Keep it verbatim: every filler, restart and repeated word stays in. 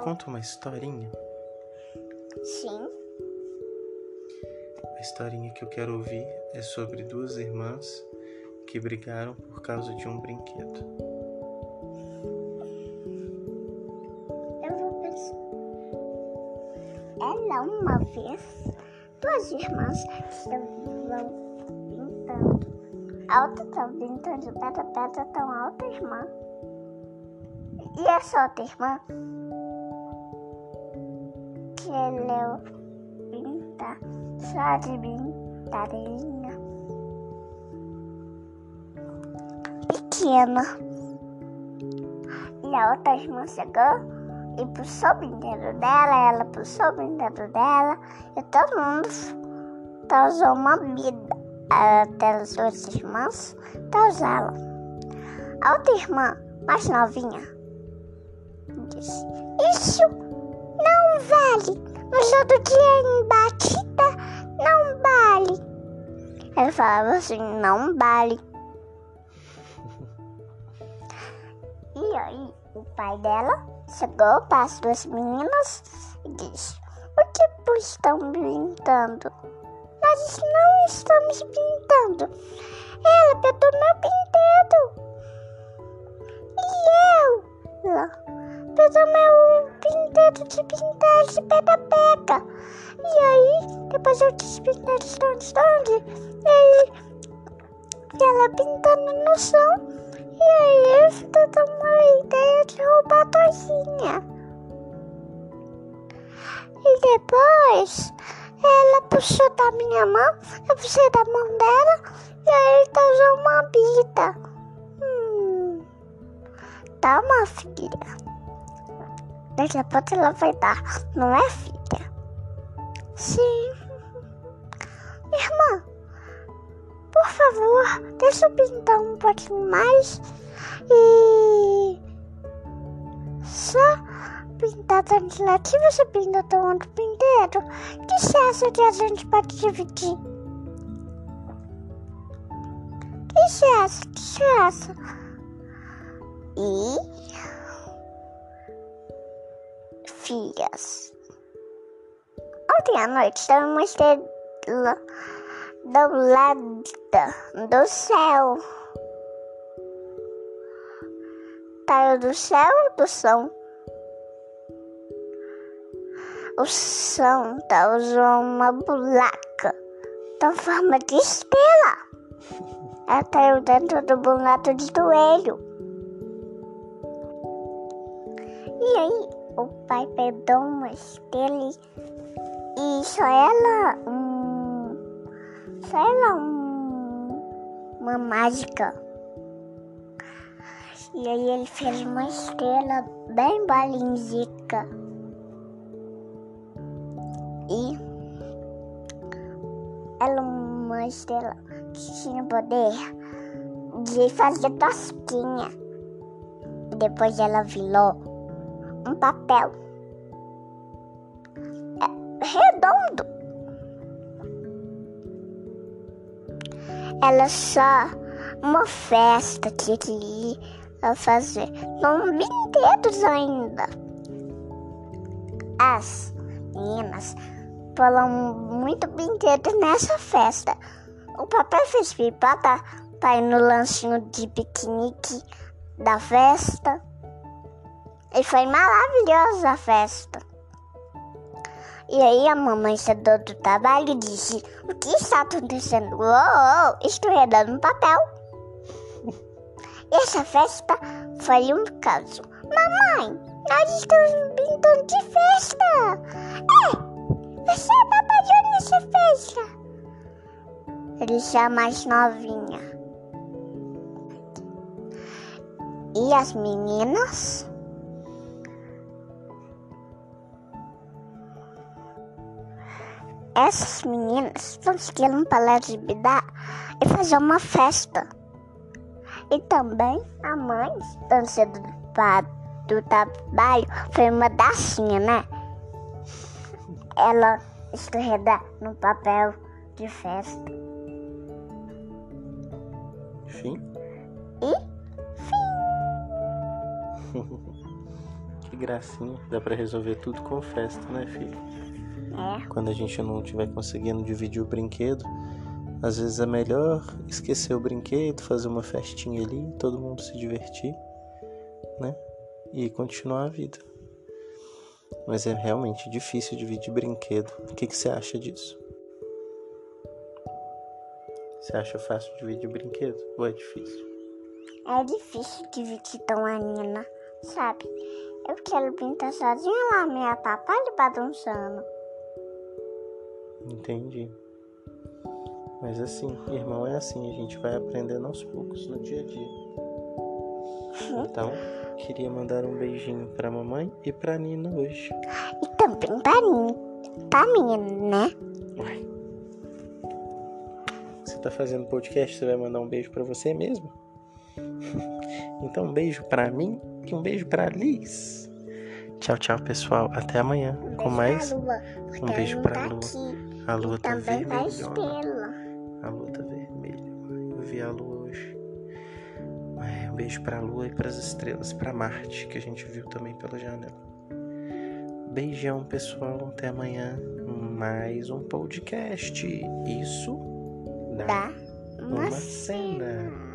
conta uma historinha? Sim. A historinha que eu quero ouvir é sobre duas irmãs que brigaram por causa de um brinquedo. Eu vou pensar. Ela uma vez, duas irmãs estavam pintando. A outra estava pintando pedra, pedra tão alta, irmã. E essa outra irmã queria pintar só de brincadeira pequena. E a outra irmã chegou e puxou o brinquedo dela, ela puxou o brinquedo dela e todo mundo causou uma vida. Até as duas irmãs causaram. A outra irmã, mais novinha, disse: isso não vale. Mas todo dia em batida não vale. Ela falava assim: não vale. E aí o pai dela chegou para as duas meninas e disse: o que vocês estão brincando? Nós não estamos pintando. Ela pegou meu brinquedo. E eu? Ela pegou meu brinquedo de pintar de pega-pega. E aí, depois eu disse pintar de onde, onde? E aí, ela pintando no chão. E aí, eu fiquei com uma ideia de roubar a torcinha. E depois, ela puxou da minha mão, eu puxei da mão dela, e aí causou uma vida. Hum. Toma, filha. Daqui a pouco ela vai dar, não é, filha? Sim. Irmã, por favor, deixa eu pintar um pouquinho mais e só pintar tanto lá. Se você pinta tão outro pinteiro, o que você acha que a gente pode dividir? O que você acha? O que você acha? E filhas, ontem à noite estava uma estrela do lado do céu. Caiu do céu do som. O som causou uma buraca em forma de estrela. Ela caiu dentro do buraco de joelho. E aí, o pai pegou uma estrela e só ela, um, só ela um, uma mágica. E aí ele fez uma estrela bem balinzica. E ela uma estrela que tinha poder de fazer tosquinha. E depois ela virou um papel redondo. Ela só uma festa que queria fazer com brinquedos ainda. As meninas foram muito brinquedos nessa festa. O papai fez pipoca para ir no lanchinho de piquenique da festa. E foi maravilhosa a festa. E aí a mamãe chegou do trabalho e disse: o que está acontecendo? Uou, estou redando um papel. E essa festa foi um caso. Mamãe, nós estamos brincando de festa. É, você trabalhou nessa festa. Ele é a mais novinha. E as meninas? Essas meninas conseguiram parar de brincar e fazer uma festa. E também a mãe, tão cedo do trabalho, foi uma dacinha, né? Ela escorrega no papel de festa. Fim? E fim. Que gracinha. Dá pra resolver tudo com festa, né, filho? É. Quando a gente não estiver conseguindo dividir o brinquedo, às vezes é melhor esquecer o brinquedo, fazer uma festinha ali, todo mundo se divertir, né? E continuar a vida. Mas é realmente difícil dividir brinquedo. O que, que você acha disso? Você acha fácil dividir brinquedo ou é difícil? É difícil dividir com a Nina, sabe? Eu quero brincar sozinha lá, minha papai balançando. Entendi. Mas assim, irmão é assim, a gente vai aprendendo aos poucos no dia a dia. Então, queria mandar um beijinho pra mamãe e pra Nina hoje. E também pra mim, pra mim, né? Uai. Você tá fazendo podcast, você vai mandar um beijo pra você mesmo? Então, um beijo pra mim e um beijo pra Liz. Tchau, tchau, pessoal. Até amanhã Um com beijo mais. pra Lua, Um beijo pra tá Lua. aqui. A lua E tá também pra vermelhona. estrela. A lua tá vermelha. Eu vi a lua hoje. Um beijo pra lua e pras estrelas. Pra Marte, que a gente viu também pela janela. Beijão, pessoal. Até amanhã. Mais um podcast. Isso dá Dá uma uma cena.